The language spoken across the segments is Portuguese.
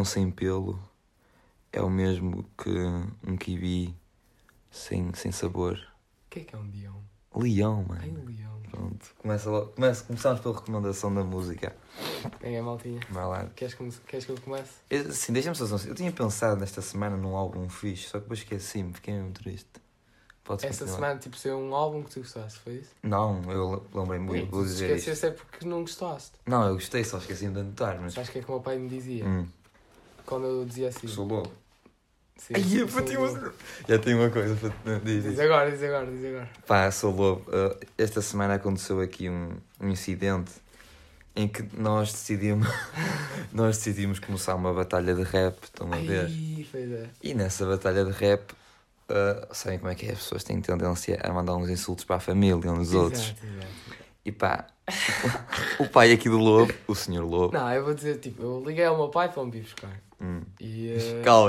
leão sem pelo é o mesmo que um kiwi sem sabor. O que é um leão? Leão, mano. Ai, um leão. Pronto. Começamos pela recomendação da música. É, maltinha. Vai lá. Queres que eu comece? Sim, deixa-me só dizer. Eu tinha pensado nesta semana num álbum fixe, só que depois esqueci-me, fiquei mesmo triste. Podes Esta continuar. semana, tipo, saiu um álbum que tu gostaste, foi isso? Não, eu lembrei-me, Ui, vou se dizer esqueceste isto. é porque não gostaste. Não, eu gostei, só esqueci-me de anotar, mas... Acho que é como o meu pai me dizia. Quando eu dizia assim. Sou lobo. Sim, Ai, eu sou bati lobo. Já tenho uma coisa para te dizer. Diz agora. Pá, sou lobo. Esta semana aconteceu aqui um incidente em que nós decidimos começar uma batalha de rap, estão a ver? Ai, pois é. E nessa batalha de rap, sabem como é que é? As pessoas têm tendência a mandar uns insultos para a família, uns dos outros. Exato. E pá, o pai aqui do lobo, o senhor lobo... Não, eu vou dizer, tipo, eu liguei ao meu pai para me vir buscar. E, Calma.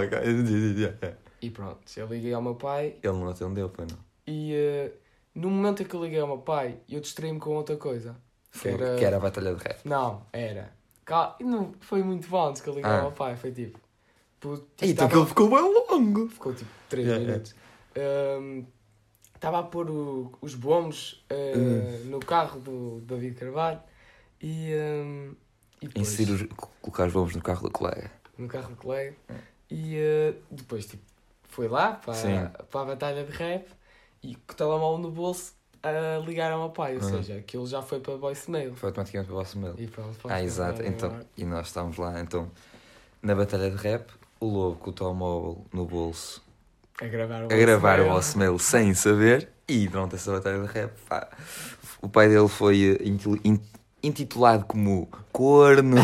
e pronto, eu liguei ao meu pai Ele não atendeu, pois não. e no momento em que eu liguei ao meu pai, eu distraí-me com outra coisa. Que era a batalha de rap. Não, era. Não foi muito bom antes que eu liguei ao meu pai, foi tipo... Então que ele ficou bem longo. Ficou tipo 3 minutos. Estava a pôr os bombos no carro do David Carvalho e depois... Colocar os bombos no carro do colega. No carro do colega. E depois tipo, foi lá para a batalha de rap e com o telemóvel no bolso a ligar ao meu pai. Ou seja, aquilo já foi para voicemail. Foi automaticamente para o vosso mail. E pronto, Exato. Então, e nós estávamos lá, então, na batalha de rap, o lobo com o telemóvel no bolso a gravar o vosso mail sem saber, e durante essa batalha de rap, pá, o pai dele foi intitulado como corno.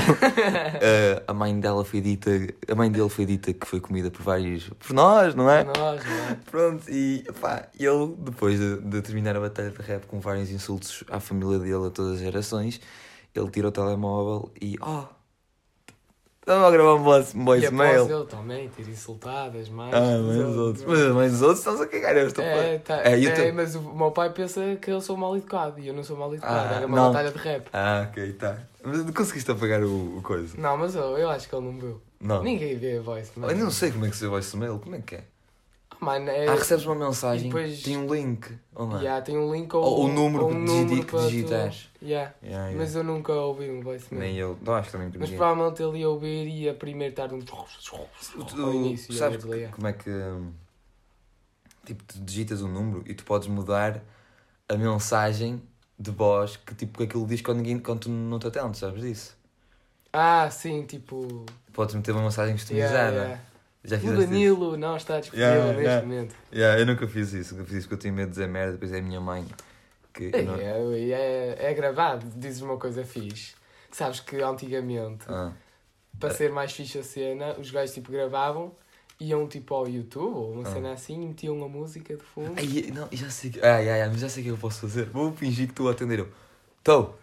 A mãe dele foi dita que foi comida por nós, não é? Por nós, não é? Pronto, e pá, ele, depois de terminar a batalha de rap com vários insultos à família dele, a todas as gerações, ele tira o telemóvel e... estava a gravar um voicemail. E após ele também ter insultado as mães. Mas os outros estão-se a cagar. Mas o meu pai pensa que eu sou mal educado e eu não sou mal educado. Era uma não. batalha de rap. Ok, tá. Mas conseguiste apagar o coisa? Não, mas eu acho que ele não viu. Não. Ninguém vê a voice. Eu não sei como é que se vê o voicemail. Como é que é? Mano, recebes uma mensagem, depois... tem um link. Ou não? Tem um link ou o número que digitares. Mas eu nunca ouvi um voicemail. Nem eu. Não, acho que também mas provavelmente ele ia ouvir e ia primeiro estar ao início. Sabes como é que... Tipo, tu digitas o número e tu podes mudar a mensagem de voz que tipo aquilo diz quando tu não te atendes, sabes disso? Sim, tipo... Podes meter uma mensagem customizada. Já o Danilo isso? Não está disponível neste momento. Eu nunca fiz isso porque eu tinha medo de dizer merda, depois é a minha mãe que... É gravado, dizes uma coisa fixe. Sabes que antigamente, para ser mais fixe a cena, os gajos tipo gravavam, iam tipo ao YouTube ou uma cena assim e metiam a música de fundo. Já sei que... mas já sei o que eu posso fazer. Vou fingir que estou a atender. Estou,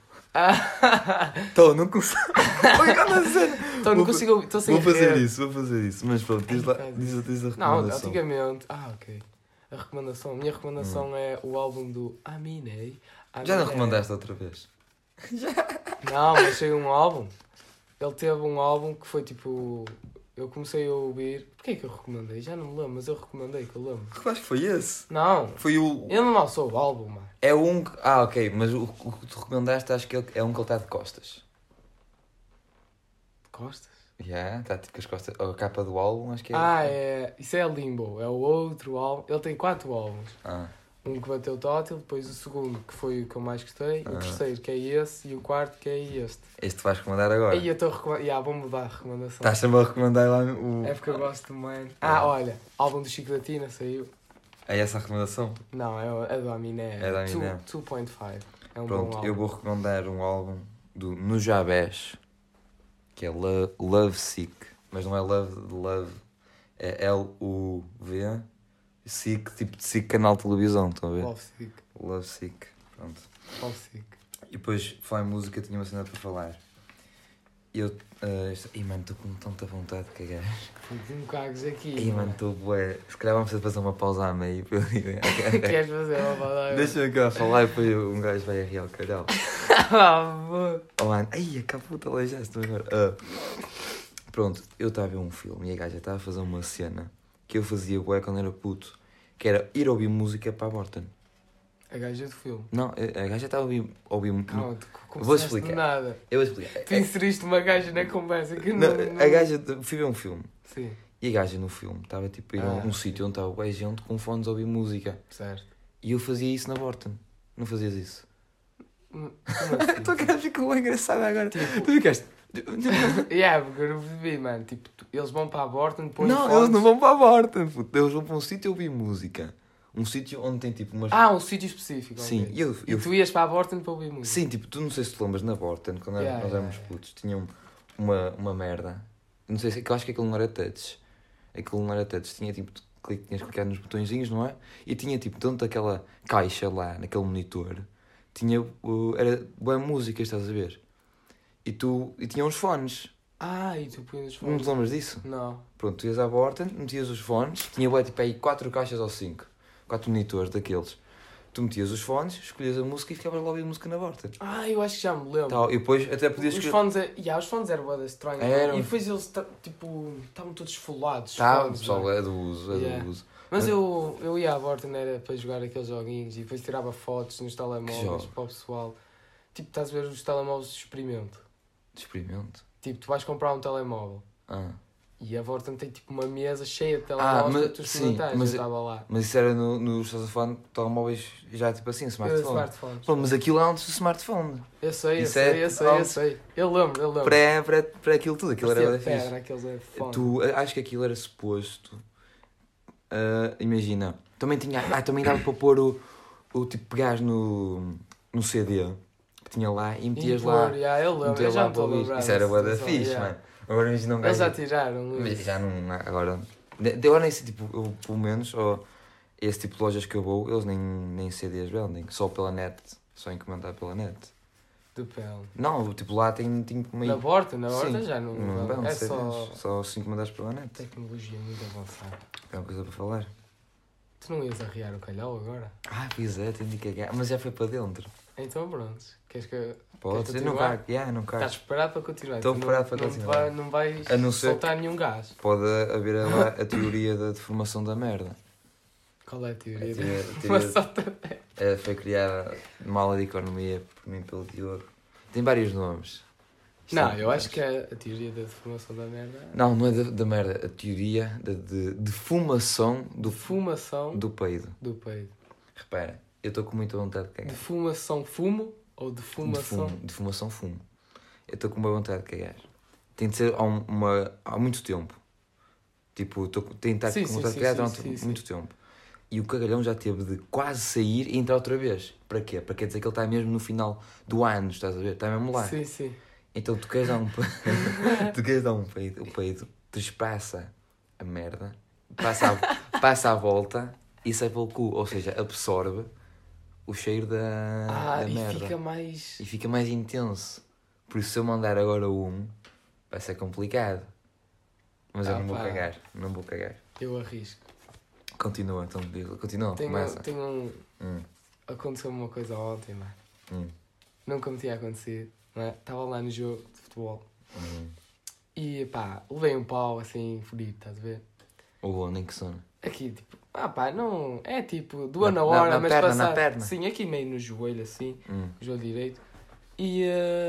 não consigo. Então não consigo. Vou fazer isso. Mas pronto, diz a recomendação. Não, antigamente. Ok. A minha recomendação é o álbum do Aminé. Já não recomendaste outra vez? Não, mas saiu um álbum. Ele teve um álbum que foi tipo... Eu comecei a ouvir... Porquê é que eu recomendei? Já não me lembro, mas eu recomendei, que eu lembro. Acho que foi esse. Não. Foi o... Ele não lançou o álbum, mano. É um... ok. Mas o que tu recomendaste, acho que é um que ele está de costas. De costas? Está tipo com as costas... A capa do álbum, acho que é... Isso é Limbo. É o outro álbum. Ele tem 4 álbuns. Um que bateu tótil, depois o segundo, que foi o que eu mais gostei, o terceiro, que é esse, e o quarto, que é este. Este vais recomendar agora? E eu estou a recomendar... vou mudar a recomendação. Estás sempre a recomendar lá o... É porque eu gosto muito. Olha, álbum do Chico da Tina saiu. É essa a recomendação? Não, é do Aminé. É da Aminé. 2.5. É um Pronto, bom álbum. eu vou recomendar um álbum do Nujabes, que é Love Sick. Mas não é Love, é L-U-V... Sick, tipo de Sick canal de televisão, estão a ver? Love Sick, pronto. Love Sick. E depois, falar em música, tinha uma cena para falar. E eu... mano, estou com tanta vontade de cagar. Tenho cagos aqui. Mano, estou bué. Se calhar vamos fazer uma pausa a meio. Queres fazer uma pausa? Deixa-me acabar a falar e depois um gajo vai arrear o calhau. Mano, a puta, aleijaste agora. Pronto, eu estava a ver um filme e a gaja estava a fazer uma cena que eu fazia bué quando era puto, que era ir ouvir música para a Borton. A gaja do filme? Não, a gaja estava a ouvir Calma, tu vou explicar. nada. Eu vou explicar. Tu inseriste uma gaja na conversa que Não, não... A gaja, fui ver um filme. Sim. E a gaja no filme estava tipo a ir a um sítio onde estava bué gente com fones a ouvir música. Certo. E eu fazia isso na Borton. Não fazias isso? Como assim? A tua cara ficou bem engraçada agora. Tipo... Tu ficaste... Porque eu não percebi, mano. Tipo, eles vão para a Borton, põem Não, fones... eles não vão para a Borton. Eles vão para um sítio a ouvir música. Um sítio onde tem tipo umas... Ah, um sítio específico. Sim, okay. E tu ias para a Borton para ouvir música? Sim, tipo, tu não sei se te lembras na Borton, quando nós éramos putos, tinham uma merda. Não sei se... Eu acho que aquilo não era touch. Aquilo não era touch. Tinha tipo... Tinhas que clicar nos botõezinhos, não é? E tinha tipo, dentro daquela caixa lá, naquele monitor, tinha... Era boa música, estás a ver? E tinha uns fones. Ah, e tu punhas os fones? Não te lembras disso? Não. Pronto, tu ias à Borton, metias os fones, tinha bué, tipo aí 4 caixas ou 5, 4 monitores daqueles. Tu metias os fones, escolhias a música e ficavas lá a ouvir a música na Borton. Ah, eu acho que já me lembro. Tal, e depois até podias Os fones, os fones eram bué estranhos. Eram. E depois eles, tipo, estavam todos esfolados. Tá, pessoal, é do uso, do uso. Mas eu ia à Borton era para jogar aqueles joguinhos e depois tirava fotos nos telemóveis para o pessoal. Tipo, estás a ver os telemóveis de experimento. De experimento? Tipo, tu vais comprar um telemóvel. E a Borton tem tipo uma mesa cheia de telemóveis para tu experimentares. Mas, eu estava lá. Mas isso era no estás a falar de telemóveis já tipo assim, smartphone. Pô, mas aquilo é antes do smartphone. Eu sei. Eu lembro. Para aquilo tudo, aquilo era fixe. Acho que aquilo era suposto. Imagina, também dava para pôr o tipo, pegares no CD que tinha lá e metias lá. Eu lembro, eu já me estou a lembrar. Isso era bué da fixe, mano. Agora imagina um gajo. Eles já tiraram, mas já não. Agora. Agora nem sei, tipo, eu, pelo menos, ou esse tipo de lojas que eu vou, eles nem CDs vendem, só pela net, só encomendar pela net. Depende. Não, tipo lá tem meio... Na Borton já não é CDs, só se encomendares pela net. Tecnologia muito avançada. É uma coisa para falar. Tu não ias arriar o calhau agora? Pois é, tenho de cagar, mas já foi para dentro. Então pronto, queres que... Pode ser, não cago. Não cago. Estás preparado para continuar? Estou preparado para continuar. Não vais soltar nenhum gás. Pode haver lá a teoria da deformação da merda. Qual é a teoria da deformação da merda? Foi criada uma aula de economia por mim pelo Diogo. Tem vários nomes. Eu acho que é a teoria da deformação da merda. Não é da merda. A teoria da defumação do peido. Do peido. Repara, eu estou com muita vontade de cagar. Defumação fumo ou defumação? Defumação fumo. Eu estou com uma vontade de cagar. Tem de ser há muito tempo. Tipo, tenho de estar com vontade de cagar durante muito tempo. E o cagalhão já teve de quase sair e entrar outra vez. Para quê? Para quer dizer que ele está mesmo no final do ano, estás a ver? Está mesmo lá. Sim. Então tu queres dar um peido, o peido despassa a merda, passa à volta e sai pelo cu. Ou seja, absorve o cheiro da merda. E fica mais intenso. Por isso, se eu mandar agora vai ser complicado. Mas eu não vou cagar. Eu arrisco. Continua, então, começa. Aconteceu-me uma coisa ontem, mano. Nunca me tinha acontecido, não é? Estava lá no jogo de futebol. E levei um pau assim, fodido, estás a ver? Nem que sono. Aqui, tipo, não, é tipo, doa na hora, mas perna, passar... na perna. Sim, aqui meio no joelho, assim, joelho direito. E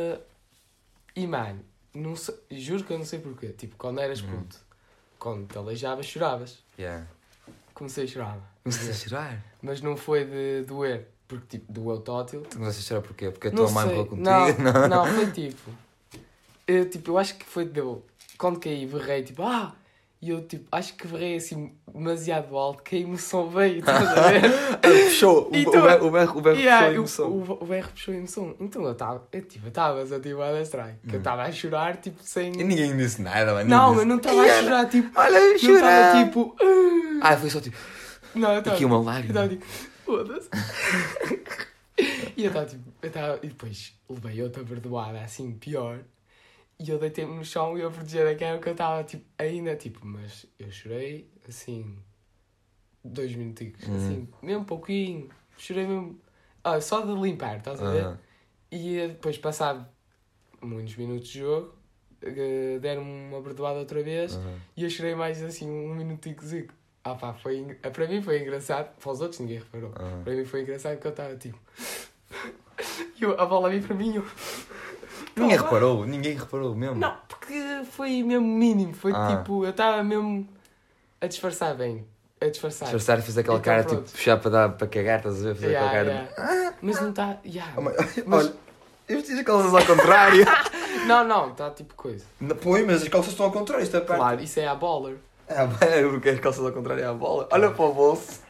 mano, não sei, juro que eu não sei porquê. Tipo, quando eras puto, quando te aleijavas, choravas. Comecei a chorar. Comecei a chorar? Mas não foi de doer, porque tipo, doeu tótil. Tu começaste a chorar porquê? Porque a tua mãe falou contigo? Não, foi tipo... Eu acho que foi deu. Quando caí, berrei, tipo, e eu, tipo, acho que berrei assim demasiado alto, que a emoção veio, estás a ver? Puxou, o berro puxou a emoção. O berro puxou a emoção. Então eu estava desativado estranho, que eu estava a chorar, tipo, sem... E ninguém disse nada, mano. Não, eu não estava a chorar, tipo... Olha, eu chorar. Não estava, tipo... Foi só, tipo... Não, eu estava... Aqui uma lágrima. Eu estava, tipo, foda-se. E eu estava, tipo... E depois levei outra perdoada, assim, pior. E eu deitei-me no chão e eu proteger a cara que eu estava, tipo, ainda, tipo... Mas eu chorei, assim... 2 minutinhos, assim, mesmo pouquinho. Chorei mesmo... só de limpar, estás a ver? E depois, passado muitos minutos de jogo, deram-me uma bordoada outra vez e eu chorei mais assim um minuticozico. Pá, para mim foi engraçado, para os outros ninguém reparou. Para mim foi engraçado porque eu estava tipo. E a bola veio para mim e eu. Ninguém reparou mesmo. Não, porque foi mesmo mínimo, foi tipo, eu estava mesmo a disfarçar bem. Disfarçar e fazer aquela cara tipo puxar para cagar, estás a ver? Fazer aquela cara. Mas não está. Olha, eu vesti as calças ao contrário. Não, está tipo coisa. Pois, mas as calças estão ao contrário, isto é parte. Claro, isso é a baller. Porque as calças ao contrário é a bola. Olha para o bolso.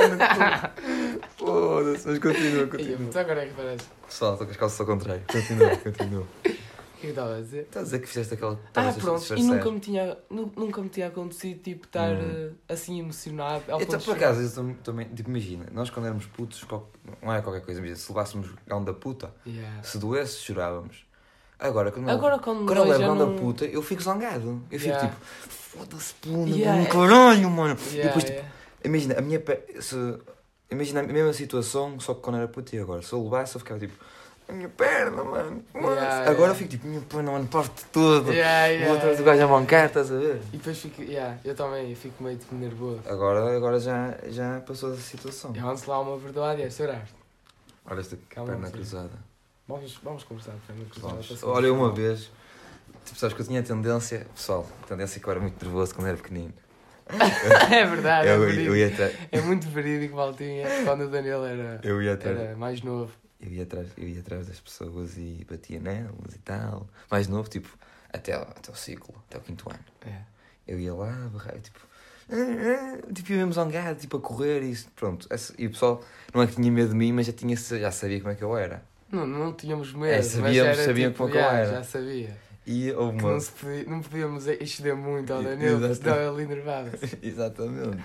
Foda-se, mas continua. Mas agora é que parece. Pessoal, estou com as calças ao contrário. Continua. O que estava a dizer? Estás a dizer que fizeste aquela... Pronto, e nunca me tinha acontecido, tipo, estar assim emocionado. Então, por acaso, eu também, tipo, imagina, nós quando éramos putos, não é qualquer coisa, imagina, se levássemos gão da puta, se doesse, chorávamos. Agora, quando eu levo gão da puta, eu fico zangado. Eu fico tipo, foda-se, puna, caralho, mano. E depois, tipo, imagina, imagina a mesma situação, só que quando era puto e agora. Se eu levasse, eu ficava tipo... A minha perna, mano. Agora eu fico tipo, minha perna, mano, parte tudo. Vou atrás do gajo a mancar, estás a ver? E depois fico, eu também fico meio tipo nervoso. Agora já passou essa situação. E antes lá uma verdade é chorar. Olha esta perna cruzada. Vamos conversar de perna cruzada. Olha, uma vez, tipo, sabes que eu tinha tendência que eu era muito nervoso quando era pequenino. É verdade, é muito verídico, Valtinha, quando o Daniel era mais novo. Eu ia atrás das pessoas e batia nelas e tal. Mais novo, tipo, até o ciclo, até o 5º ano. Eu ia lá, tipo, ia mesmo zangado, tipo, a correr e pronto. E o pessoal não é que tinha medo de mim, mas já sabia como é que eu era. Não tínhamos medo, sabia tipo, como é que eu era. Já sabia. E houve uma... não podíamos exceder muito ao Daniel, porque estava ali nervado. Exatamente.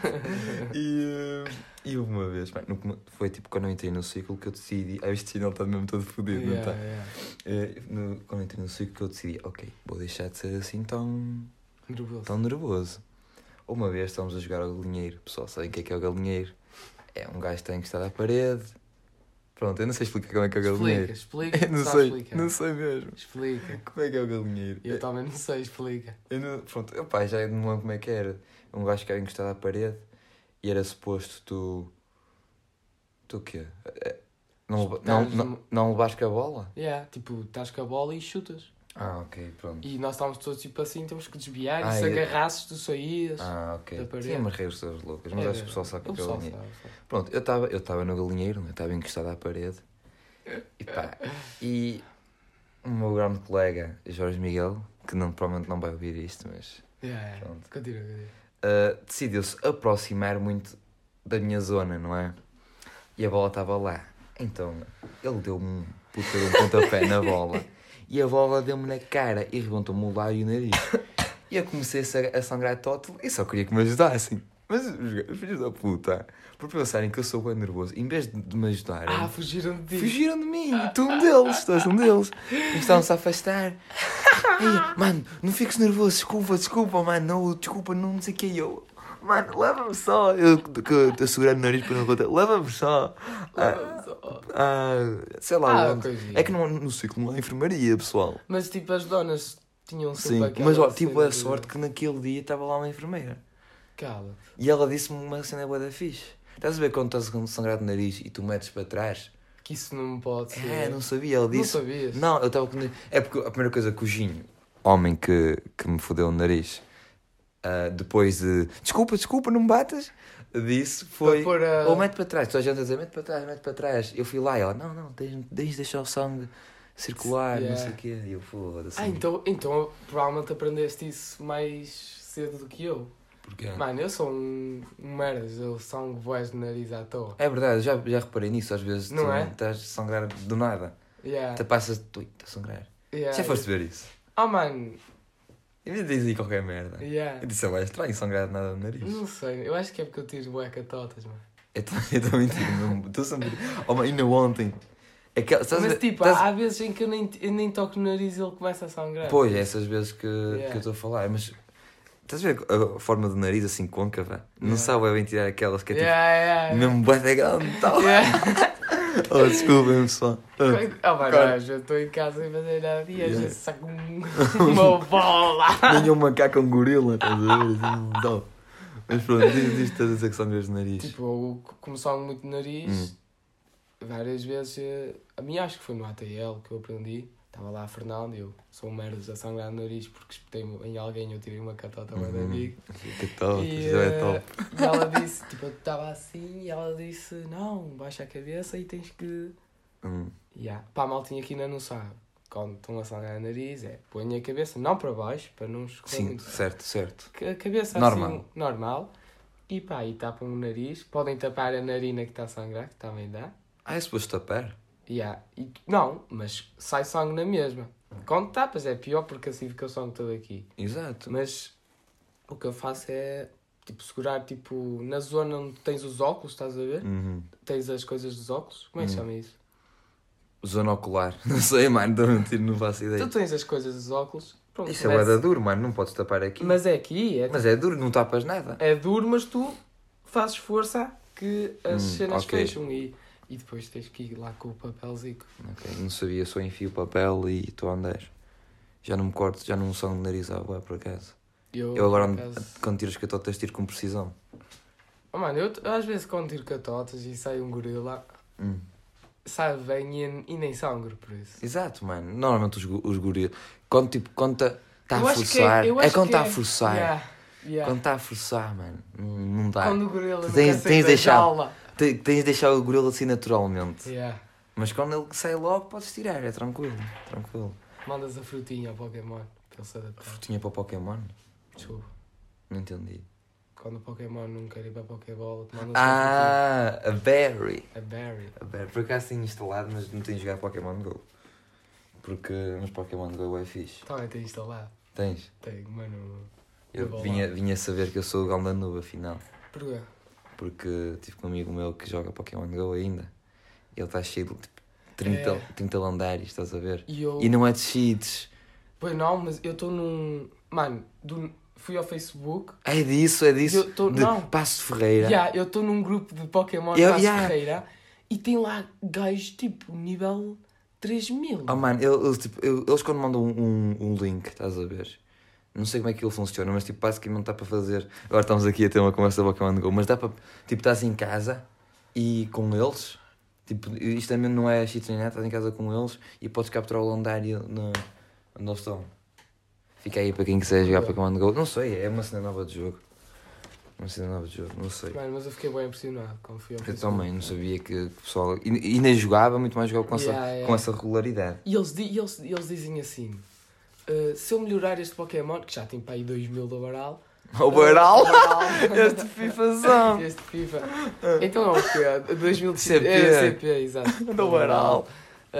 E houve uma vez, foi tipo quando eu entrei no ciclo que eu decidi... Este sinal está mesmo todo fodido, não está? Quando eu entrei no ciclo que eu decidi, ok, vou deixar de ser assim tão nervoso. Uma vez estávamos a jogar ao galinheiro. Pessoal, sabem o que é o galinheiro? É um gajo que está encostado à parede. Pronto, eu não sei explicar como é que é o galinheiro. Explica. Não sei mesmo. Explica. Como é que é o galinheiro? Eu também não sei, explica. Pronto, já não lembro como é que era. Um gajo que era encostado à parede e era suposto tu o quê? Não levares com a bola? Tipo, estás com a bola e chutas. Ok, pronto. E nós estávamos todos tipo assim, temos que desviar e se agarrasses tu saías ok. da parede. Tinha umas regras todas loucas, mas acho que o pessoal sabe que é o galinheiro. Pronto, eu estava no galinheiro, eu estava encostado à parede e o meu grande colega, Jorge Miguel, que provavelmente não vai ouvir isto, mas pronto. Continua. Decidiu-se aproximar muito da minha zona, não é? E a bola estava lá. Então, ele deu-me um puta de um pontapé na bola. E a bola deu-me na cara e rebentou-me o lábio e o nariz. E eu comecei a sangrar todo e só queria que me ajudassem. Mas os filhos da puta, por pensarem que eu sou bem nervoso, em vez de me ajudarem... fugiram de ti. Fugiram de mim. Tu és um deles. E estavam-se a afastar. Ei, mano, não fiques nervoso. Desculpa, mano. Não sei o que é eu. Mano, leva-me só. Eu estou segurando o nariz para não contar. Leva-me só. Sei lá. É que no ciclo não há enfermaria, pessoal. Mas tipo, as donas tinham sempre aquela... Sim, mas tive a sorte que naquele dia estava lá uma enfermeira. Cala. E ela disse-me uma cena boa da fixe. Estás a ver quando estás com sangrado no nariz e tu metes para trás? Que isso não pode ser. Não sabia. Ela disse... Não sabias? Não, eu estava com... É porque a primeira coisa que o Ginho, homem que me fodeu o nariz... depois de desculpa, não me batas, disse, foi ou mete para trás, toda a gente a dizer mete para trás, eu fui lá e ela, não, deixa o sangue circular, não sei o quê, e eu foda-se. Então provavelmente aprendeste isso mais cedo do que eu. Porquê? Mano, eu sou um merda, eu sangue voz de nariz à toa. É verdade, já reparei nisso, às vezes não tu estás a sangrar do nada, te passas, tu a sangrar, já foste ver isso? Mano... Eu disse qualquer merda. Eu disse, é estranho sangrar nada no nariz. Não sei, eu acho que é porque eu tiro bué catotas, mano. Eu também tiro mesmo. Estou sempre... ainda ontem. Mas tipo, há vezes em que eu nem toco no nariz e ele começa a sangrar. Pois, é essas vezes que eu estou a falar. Mas estás a ver a forma do nariz assim côncava? Não sabe bem tirar aquelas que é tipo... mesmo bué de grande e tal. Oh, desculpem, pessoal. Eu estou em casa sem fazer nada e às vezes saco uma bola. Nem um macaco, um gorila, estás a ver? Assim, não. Mas pronto, diz-te estás a dizer que sangras de nariz. Tipo, eu como sango muito de nariz, várias vezes, a minha acho que foi no ATL que eu aprendi. Estava lá a Fernanda e eu sou um merda a sangrar no nariz porque espetei-me em alguém e eu tirei uma catota bem da amiga. Que top, E, isso é top. E ela disse, tipo, eu estava assim e ela disse, não, baixa a cabeça e tens que... Pá, a maltinha aqui ainda não sabe. Quando estão a sangrar o nariz põe a cabeça, não para baixo, para não escorrer muito. Certo. A cabeça normal. Assim, normal. E pá, e tapam o nariz. Podem tapar a narina que está a sangrar, que também dá. É suposto tapar? Não, mas sai sangue na mesma. Quando tapas é pior porque assim fica o sangue todo aqui. Exato. Mas o que eu faço é tipo segurar tipo na zona onde tens os óculos, estás a ver? Tens as coisas dos óculos. Como é que se chama isso? Zona ocular. Não sei, mano, estou a mentir, não faço ideia. Tu tens as coisas dos óculos. Pronto, isso é bué duro, mano, não podes tapar aqui. Mas é aqui. Mas é duro, não tapas nada. É duro, mas tu fazes força que as cenas fecham e depois tens que ir lá com o papelzinho. Ok, não sabia, só enfio o papel e estou a andar. Já não me corto, já não sou de nariz à boa, por acaso. Eu agora, quando tiro as catotas, tiro com precisão. Oh, mano, eu às vezes quando tiro catotas e sai um gorila, sai bem e nem sangro por isso. Exato, mano. Normalmente os gorilas, quando está a forçar, é quando está a forçar. Quando está a forçar, mano, não dá. Quando o gorila tens de deixar o gorila assim naturalmente. Mas quando ele sai logo, podes tirar, é tranquilo. Mandas a frutinha ao Pokémon para ele se adaptar. A frutinha para o Pokémon? Desculpa. Não entendi. Quando o Pokémon não quer ir para a Pokébola, tu mandas a Berry. A Berry. Por acaso tenho instalado, mas não tenho jogado Pokémon GO. Porque nos Pokémon GO é fixe. Também tens instalado. Tens? Tenho, mano. Eu vinha saber que eu sou o gão da nube, afinal. Porquê? Porque tive com um amigo meu que joga Pokémon GO ainda. Ele está cheio de tipo 30 lendários, estás a ver? E não é de cheats. Pois não, mas eu estou num... Mano, fui ao Facebook. É disso. Não. Passo de Ferreira. Eu estou num grupo de Pokémon de Passo de Ferreira e tem lá gajos tipo nível 3000. Oh, mano, eles quando mandam um link, estás a ver? Não sei como é que ele funciona, mas tipo, basicamente dá para fazer. Agora estamos aqui a ter uma conversa de Pokémon GO, mas dá para. Tipo, estás em casa e com eles. Tipo, isto também não é cheat nem nada, estás em casa com eles e podes capturar o lendário onde eles estão. Fica aí para quem quiser jogar Pokémon GO. Não sei, é uma cena nova de jogo. Não sei. Mano, mas eu fiquei bem impressionado quando fui ao Facebook. Eu também, não sabia que o pessoal... E ainda jogava, muito mais jogava com essa regularidade. E eles dizem assim... se eu melhorar este Pokémon, que já tem para aí 2000 do Baral... O Baral? Este FIFAzão! Este FIFA. Então é o quê? 2000 de CP. CP, exato. Do Baral.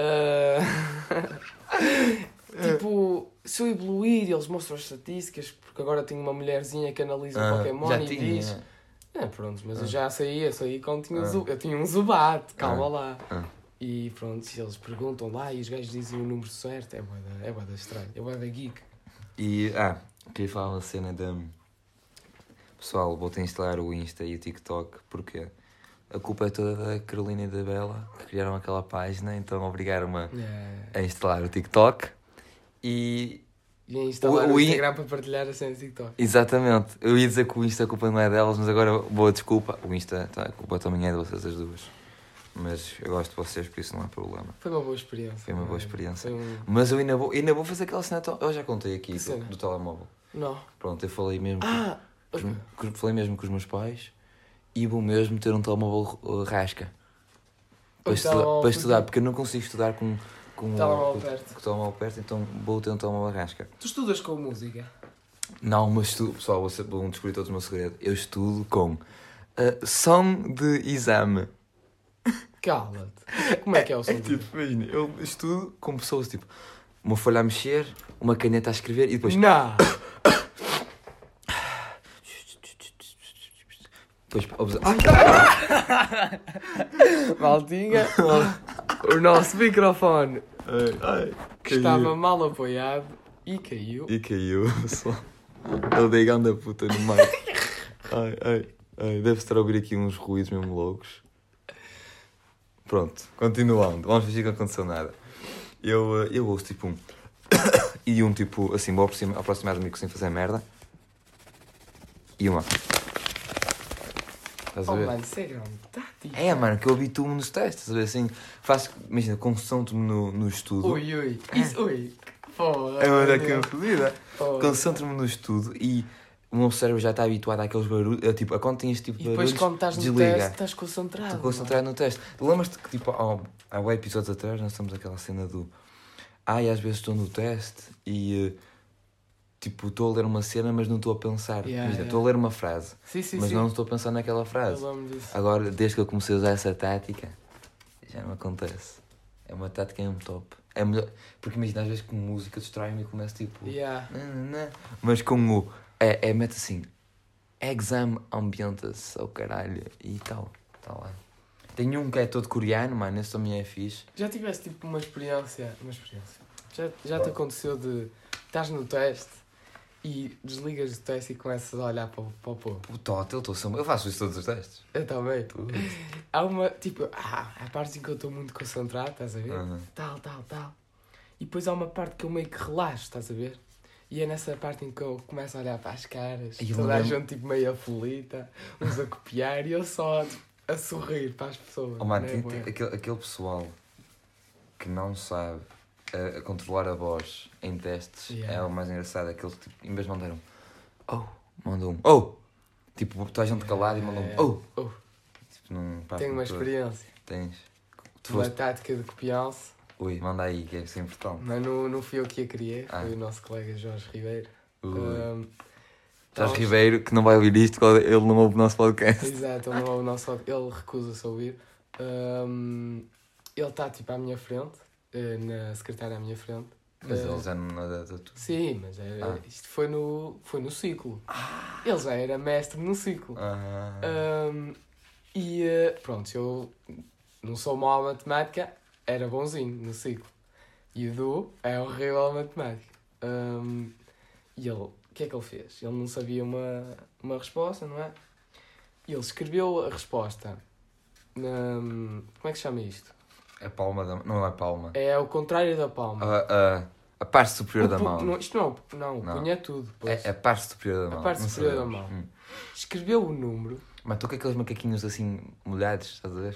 Tipo, se eu evoluir, eles mostram as estatísticas, porque agora tenho uma mulherzinha que analisa o Pokémon e diz... pronto, mas eu já saí quando tinha eu tinha um Zubat, calma lá. E pronto, eles perguntam lá e os gajos dizem o número certo, é bué da estranho, é bué da geek. E, queria falar uma cena de... Pessoal, vou-te instalar o Insta e o TikTok, porque a culpa é toda da Carolina e da Bela, que criaram aquela página, então obrigaram-me a instalar o TikTok. E a instalar o Instagram para partilhar a cena do TikTok. Exatamente. Eu ia dizer que o Insta a culpa não é delas, mas agora boa desculpa. O Insta, a culpa também é de vocês as duas. Mas eu gosto de vocês, por isso não há problema. Foi uma boa experiência. Mas eu ainda vou fazer aquela cena... Eu já contei aqui do telemóvel. Não. Pronto, eu falei mesmo... Falei mesmo com os meus pais e vou mesmo ter um telemóvel rasca. Para estudar, porque eu não consigo estudar com o telemóvel perto, então vou ter um telemóvel rasca. Tu estudas com música? Não, mas estudo, pessoal, vou descobrir todo o meu segredo. Eu estudo com som de exame. Cala-te. Como é que é o som de exame? Tipo, imagina, eu estudo com pessoas, tipo, uma folha a mexer, uma caneta a escrever e depois... Não! Maltinha, o nosso microfone estava mal apoiado e caiu. Eu dei ganda puta no mic. Deve estar a ouvir aqui uns ruídos mesmo loucos. Pronto, continuando. Vamos fingir que não aconteceu nada. Eu ouço tipo um... e um tipo, assim, vou aproximar do micro sem fazer merda. E uma... Estás a ver? Mano, isso é grande tática. É, mano, que eu habituo-me nos testes, estás a ver? Assim, faço, imagina, concentro-me no estudo. Ui. Isso, ui. Porra. É uma daquela fodida. Concentro-me no estudo e o meu cérebro já está habituado àqueles barulhos. Tipo, quando tem este tipo de barulhos, e depois quando estás no desliga. teste, estás concentrado. Estou concentrado no teste. Lembras-te que, tipo, há episódios atrás, nós temos aquela cena do... às vezes estou no teste e... tipo, estou a ler uma cena, mas não estou a pensar. Estou a ler uma frase, mas não estou a pensar naquela frase. Agora, desde que eu comecei a usar essa tática, já não acontece. É uma tática mesmo top. É melhor, porque imagina, às vezes com música distrai-me e começo tipo... Mas com o... mete assim... Exam ambientes, oh caralho, e tal. Tá lá. Tem um que é todo coreano, mano, esse também é fixe. Já tiveste tipo uma experiência... Já te aconteceu de... estás no teste e desligas o teste e começas a olhar para o povo? Eu faço isso todos os testes. Eu também. Há uma, tipo... há partes em que eu estou muito concentrado, estás a ver? Tal. E depois há uma parte que eu meio que relaxo, estás a ver? E é nessa parte em que eu começo a olhar para as caras, toda a gente tipo meio aflita, uns a copiar e eu só tipo, a sorrir para as pessoas. Mano, aquele pessoal que não sabe controlar a voz em testes é o mais engraçado. Aquele tipo, em vez de mandar mandam tipo, toda a gente calada e mandam Tipo, tenho uma experiência. Tens. Uma tática de copiança. Ui, manda aí, que é sempre importante. Mas não fui eu que a criei, foi o nosso colega Jorge Ribeiro. Jorge Ribeiro, que não vai ouvir isto, ele não ouve o nosso podcast. Exato, ele não ouve o nosso podcast, ele recusa-se a ouvir. Ele está tipo à minha frente, na secretária à minha frente. Mas ele já não é da tua. Sim, mas isto foi no ciclo. Ele já era mestre no ciclo. Pronto, eu não sou mau à matemática, era bonzinho no ciclo. E o Du é horrível a matemática. E ele, o que é que ele fez? Ele não sabia uma resposta, não é? E ele escreveu a resposta como é que se chama isto? É palma da... Não é palma. É o contrário da palma. A parte superior da mão. Não, isto não, o punho é tudo. É a parte superior da mão. A parte superior da mão. Escreveu o número. Mas estou com aqueles macaquinhos assim molhados, estás a ver?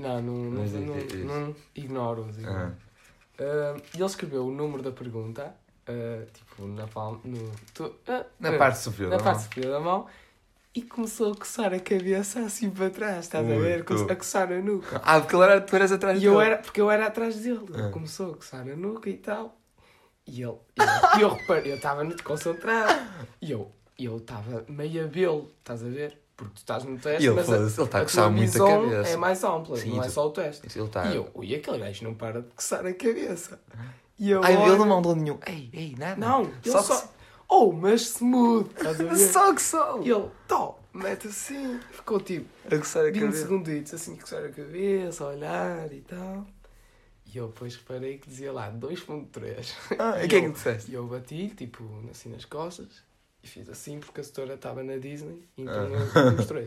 Não ignoro-os. E ele escreveu o número da pergunta, tipo, na palma... Na parte superior da mão. E começou a coçar a cabeça assim para trás, estás a ver? A coçar a nuca. Porque tu eras atrás dele. Porque eu era atrás dele. Ele começou a coçar a nuca e tal. E eu reparei, eu estava muito concentrado. E eu estava meio a vê-lo, estás a ver? Porque tu estás no teste, mas ele está a coçar muito a cabeça. É mais ampla, sim, não é só o teste. E aquele gajo não para de coçar a cabeça. E eu, ele não mandou nenhum. Ei, nada. Não, ele só... mas smooth, estás a ver? Só. E ele, mete assim. Ficou tipo a coçar a 20 cabeça. segunditos assim, a coçar a cabeça, a olhar e tal. E eu depois reparei que dizia lá 2.3. E o que é que disseste? E eu bati, tipo, assim nas costas. E fiz assim porque a setora estava na Disney. Então eu mostrei.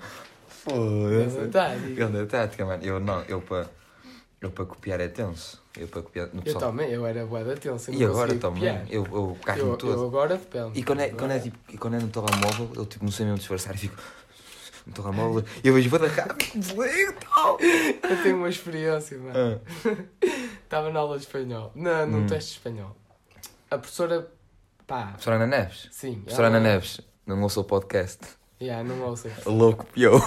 Foda-se. Grande tática, mano. Eu para copiar é tenso. Eu também, eu era bué da tenso. E agora também. Eu carro-me todo. Eu agora depende. E quando é no telemóvel, eu tipo, não sei mesmo disfarçar e fico no telemóvel. E eu vejo, vou dar cá, desligo tal. Eu tenho uma experiência, mano. Estava na aula de espanhol. Num teste de espanhol. A professora... Professora Ana Neves? Sim. Professora Ana Neves, não ouço o podcast. Não ouço. Louco, pior.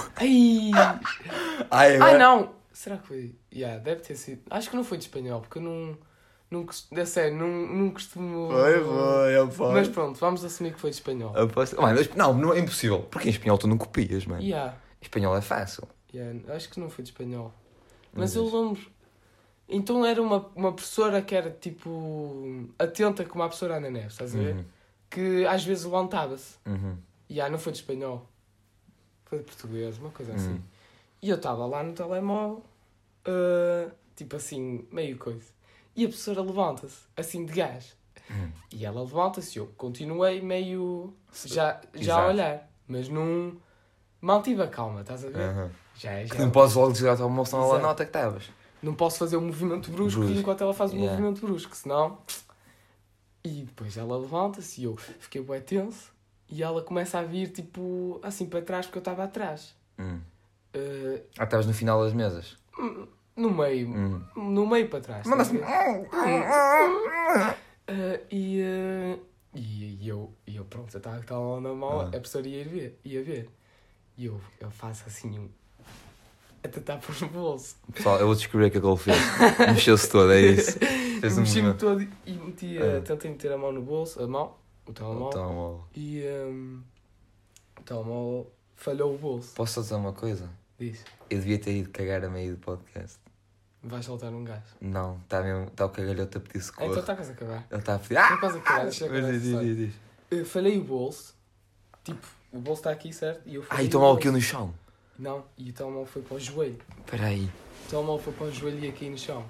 Não! Será que foi? Deve ter sido. Acho que não foi de espanhol, porque eu não costumo... Foi. Mas pronto, vamos assumir que foi de espanhol. Não é impossível. Porque em espanhol tu não copias, mano. Em espanhol é fácil. Acho que não foi de espanhol. Mas eu lembro... Então era uma professora que era tipo atenta como a professora Ana Neves, estás a ver? Que às vezes levantava-se. Não foi de espanhol. Foi de português, uma coisa assim. E eu estava lá no telemóvel, tipo assim, meio coisa. E a professora levanta-se, assim de gás. E ela levanta-se e eu continuei meio já a olhar. Mas não mantive a calma, estás a ver? Aham. Já Que não podes logo desligar o telemóvel, senão ela Exato. nota que estavas. Não posso fazer um movimento brusco enquanto ela faz o Yeah. movimento brusco, senão... E depois ela levanta-se e eu fiquei bué tenso. E ela começa a vir, tipo, assim para trás, porque eu estava atrás. Estavas no final das mesas. No meio. No meio para trás. Mandaste-me... E eu, pronto, eu estava com a telemóvel na mão, a pessoa ia ver. E eu faço assim, a tentar pôr no bolso. Pessoal, eu vou descobrir o que é que ele fez. Mexeu-se todo, é isso. Fez Mexi-me todo e tentei meter a mão no bolso, o telemóvel. E o telemóvel falhou o bolso. Posso só dizer uma coisa? Diz, Eu devia ter ido cagar a meio do podcast. vais soltar um gás. Não, está o cagalhoto a pedir socorro. Então está quase a acabar. Ele está a pedir... Está quase a acabar, deixa eu acabar Mas essa história. diz. Falhei o bolso, tipo, o bolso está aqui, certo? E eu falhei E o tomou bolso. aquilo no chão. Não, e o telemóvel foi para o joelho. Espera aí. O telemóvel foi para o joelho e aqui no chão.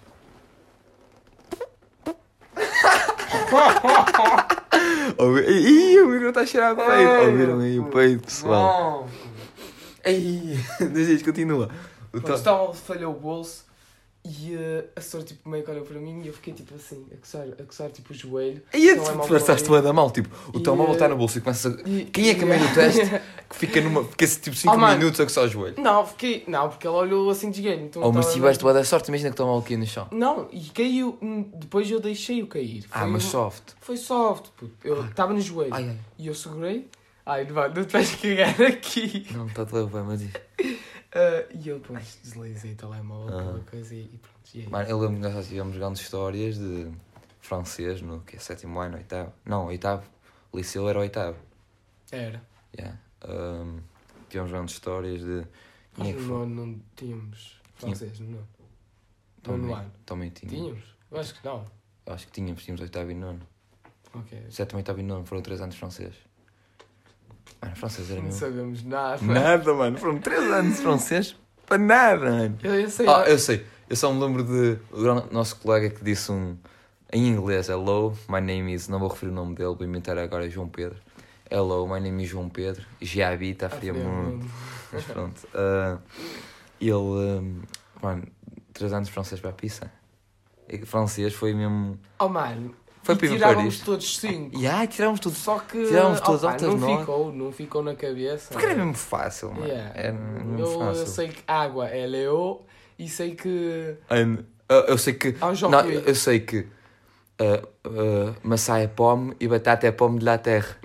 Ih, o micro está a cheirar a peito. Ouviram aí o peito, pessoal? Não! Ei, deixa continua. O telemóvel falhou o bolso e a senhora tipo, meio que olhou para mim e eu fiquei tipo assim, a coçar tipo o joelho. E o telemóvel passaste ali. bem da mal, tipo, o E, telemóvel está no bolso e começa a... e- Quem é que a meio do teste que fica tipo 5 mano. minutos a coçar o joelho? Não, porque ela olhou assim de joelho. Então Mas estava tiveste mesmo- boa da sorte, imagina que o telemóvel aqui no chão. Não, e caiu. Depois eu deixei-o cair. Mas soft. Foi soft, puto. Eu estava no joelho. Ai. E eu segurei. Não te vais cagar aqui. Não, está a bem, mas diz. E eu depois deslizei o telemóvel, aquela coisa e pronto. E é Mano, eu lembro que nós já tivemos grandes histórias de francês no que é 7º ano, 8º. Não, 8º. O liceu era 8º. Era. Yeah. Tivemos grandes histórias de... Quem é que Mas foi? no nono não tínhamos francês, no nono. Também- No ano. Também tínhamos. Tínhamos? Eu acho que não. Acho que tínhamos 8º e 9º. Ok. 7º, 8º e 9º foram 3 anos de francês. Mano, francês era Não mesmo... sabemos nada. Nada, mano. Foram 3 anos de francês para nada, mano. Eu sei. Eu sei. Eu só me lembro de o nosso colega que disse em inglês, hello, my name is... Não vou referir o nome dele, vou inventar agora João Pedro. Hello, my name is João Pedro. J'habite à Friamundo. Mas pronto. Ele... Mano, 3 anos de francês para a pizza. E francês foi mesmo... Oh, mano. Foi E para ir tirávamos para todos 5. tirávamos tudo. Só que Tirávamos todas opa, altas notas. não ficou na cabeça. Porque era mesmo fácil, mano. Yeah. Era mesmo Eu fácil. sei que água é Leo e sei que. Eu sei que... Ah, já Não, ouvi. eu sei que... maçã é pomme e batata é pomme de la terre.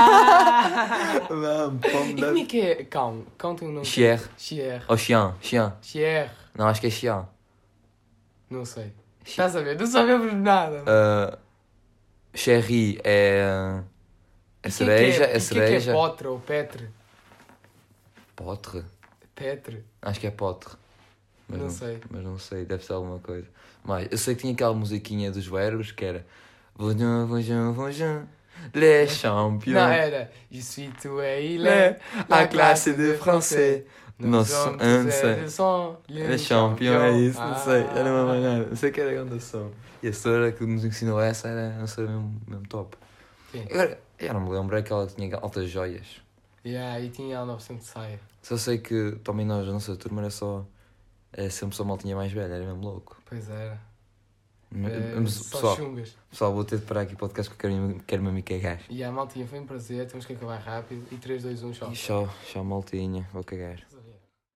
Não, pomme E como é que é cão? Cão tem um nome. Chier. Chier. Ou chien. Chier. Não, acho que é chien. Não sei. Estás a ver? Não sabemos nada. Cherry é... É cereja, é O que é cereja. potre ou petre? Potre? Petre? Acho que é potre. Mas Não sei. Mas não sei, deve ser alguma coisa. Mas eu sei que tinha aquela musiquinha dos verbos que era... Vojam, les champions. Não, era. Je suis tu et il Le- est. A classe de français. Nous Nossa, sommes ança. sont Les champions, é isso, não sei. Era uma maneira. Não sei que era grande som. E a senhora que nos ensinou essa era a senhora mesmo top. Sim. Agora, eu não me lembro que ela tinha altas joias. E tinha ela 900 de saia. Só sei que também nós, a nossa turma era só... Era sempre só maltinha mais velha, era mesmo louco. Pois era. Mas, Só chungas. pessoal, vou ter de parar aqui o podcast porque eu quero-me me cagar. E a maltinha foi um prazer, temos que acabar rápido. E 3, 2, 1, tchau. E tchau, maltinha, vou cagar.